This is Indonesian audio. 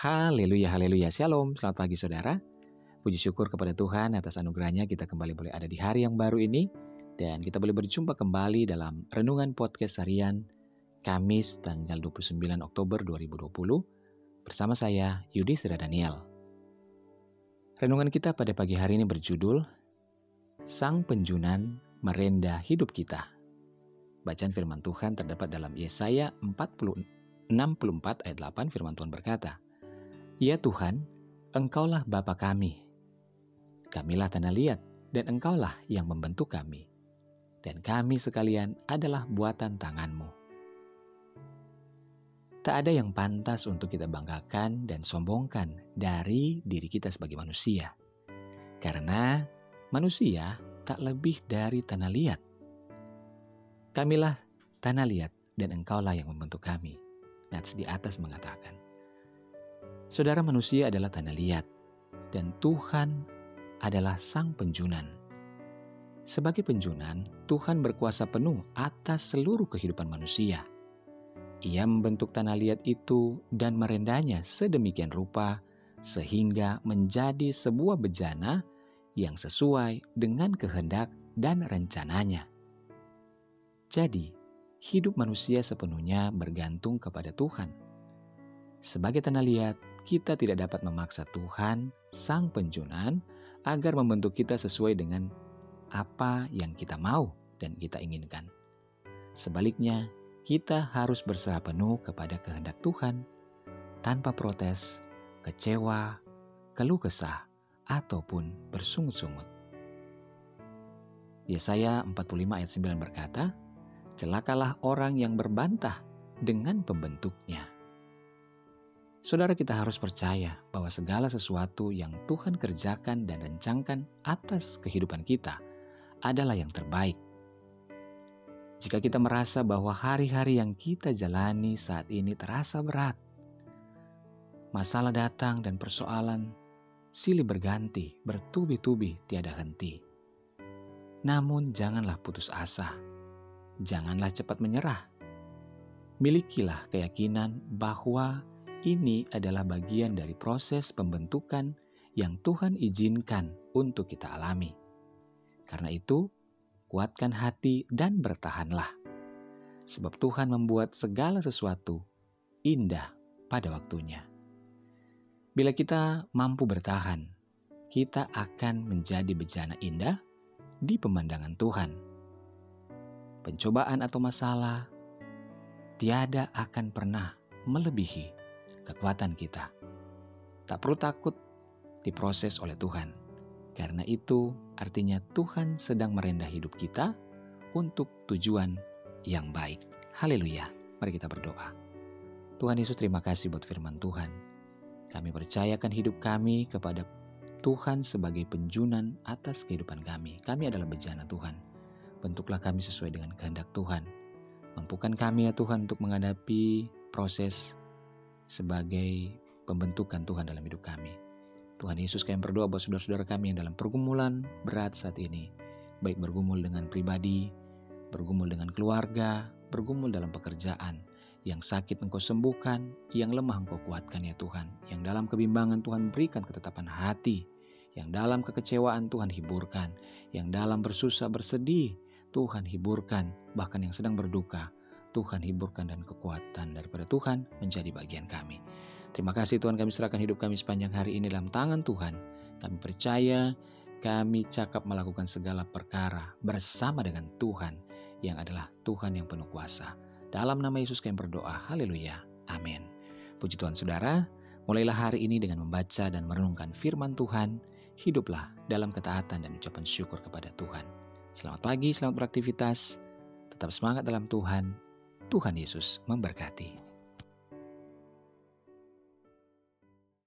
Haleluya, haleluya, shalom, selamat pagi saudara. Puji syukur kepada Tuhan atas anugerahnya kita kembali boleh ada di hari yang baru ini. Dan kita boleh berjumpa kembali dalam Renungan Podcast Harian Kamis tanggal 29 Oktober 2020 bersama saya Yudhistira Daniel. Renungan kita pada pagi hari ini berjudul Sang Penjunan Merenda Hidup Kita. Bacaan firman Tuhan terdapat dalam Yesaya 64 ayat 8. Firman Tuhan berkata, "Ya Tuhan, Engkaulah Bapa kami. Kamilah tanah liat dan Engkaulah yang membentuk kami. Dan kami sekalian adalah buatan tangan-Mu." Tak ada yang pantas untuk kita banggakan dan sombongkan dari diri kita sebagai manusia. Karena manusia tak lebih dari tanah liat. Kamilah tanah liat dan Engkaulah yang membentuk kami. Nats di atas mengatakan, saudara, manusia adalah tanah liat dan Tuhan adalah Sang Penjunan. Sebagai penjunan, Tuhan berkuasa penuh atas seluruh kehidupan manusia. Ia membentuk tanah liat itu dan merendahnya sedemikian rupa sehingga menjadi sebuah bejana yang sesuai dengan kehendak dan rencananya. Jadi, hidup manusia sepenuhnya bergantung kepada Tuhan. Sebagai tanah liat, kita tidak dapat memaksa Tuhan, Sang Penjunan, agar membentuk kita sesuai dengan apa yang kita mau dan kita inginkan. Sebaliknya, kita harus berserah penuh kepada kehendak Tuhan, tanpa protes, kecewa, keluh kesah, ataupun bersungut-sungut. Yesaya 45 ayat 9 berkata, "Celakalah orang yang berbantah dengan pembentuknya." Saudara, kita harus percaya bahwa segala sesuatu yang Tuhan kerjakan dan rencangkan atas kehidupan kita adalah yang terbaik. Jika kita merasa bahwa hari-hari yang kita jalani saat ini terasa berat, masalah datang dan persoalan silih berganti, bertubi-tubi tiada henti. Namun janganlah putus asa, janganlah cepat menyerah. Milikilah keyakinan bahwa ini adalah bagian dari proses pembentukan yang Tuhan izinkan untuk kita alami. Karena itu, kuatkan hati dan bertahanlah. Sebab Tuhan membuat segala sesuatu indah pada waktunya. Bila kita mampu bertahan, kita akan menjadi bejana indah di pemandangan Tuhan. Pencobaan atau masalah tiada akan pernah melebihi kekuatan kita. Tak perlu takut diproses oleh Tuhan. Karena itu artinya Tuhan sedang merendah hidup kita untuk tujuan yang baik. Haleluya. Mari kita berdoa. Tuhan Yesus, terima kasih buat firman Tuhan. Kami percayakan hidup kami kepada Tuhan sebagai penjunan atas kehidupan kami. Kami adalah bejana Tuhan. Bentuklah kami sesuai dengan kehendak Tuhan. Mampukan kami ya Tuhan untuk menghadapi proses sebagai pembentukan Tuhan dalam hidup kami. Tuhan Yesus, kami berdoa buat saudara-saudara kami yang dalam pergumulan berat saat ini. Baik bergumul dengan pribadi, bergumul dengan keluarga, bergumul dalam pekerjaan. Yang sakit Engkau sembuhkan, yang lemah Engkau kuatkan ya Tuhan. Yang dalam kebimbangan Tuhan berikan ketetapan hati. Yang dalam kekecewaan Tuhan hiburkan. Yang dalam bersusah bersedih Tuhan hiburkan. Bahkan yang sedang berduka Tuhan hiburkan, dan kekuatan daripada Tuhan menjadi bagian kami. Terima kasih Tuhan, kami serahkan hidup kami sepanjang hari ini dalam tangan Tuhan. Kami percaya kami cakap melakukan segala perkara bersama dengan Tuhan yang adalah Tuhan yang penuh kuasa. Dalam nama Yesus kami berdoa, haleluya, amin. Puji Tuhan saudara, mulailah hari ini dengan membaca dan merenungkan firman Tuhan. Hiduplah dalam ketaatan dan ucapan syukur kepada Tuhan. Selamat pagi, selamat beraktivitas. Tetap semangat dalam Tuhan. Tuhan Yesus memberkati.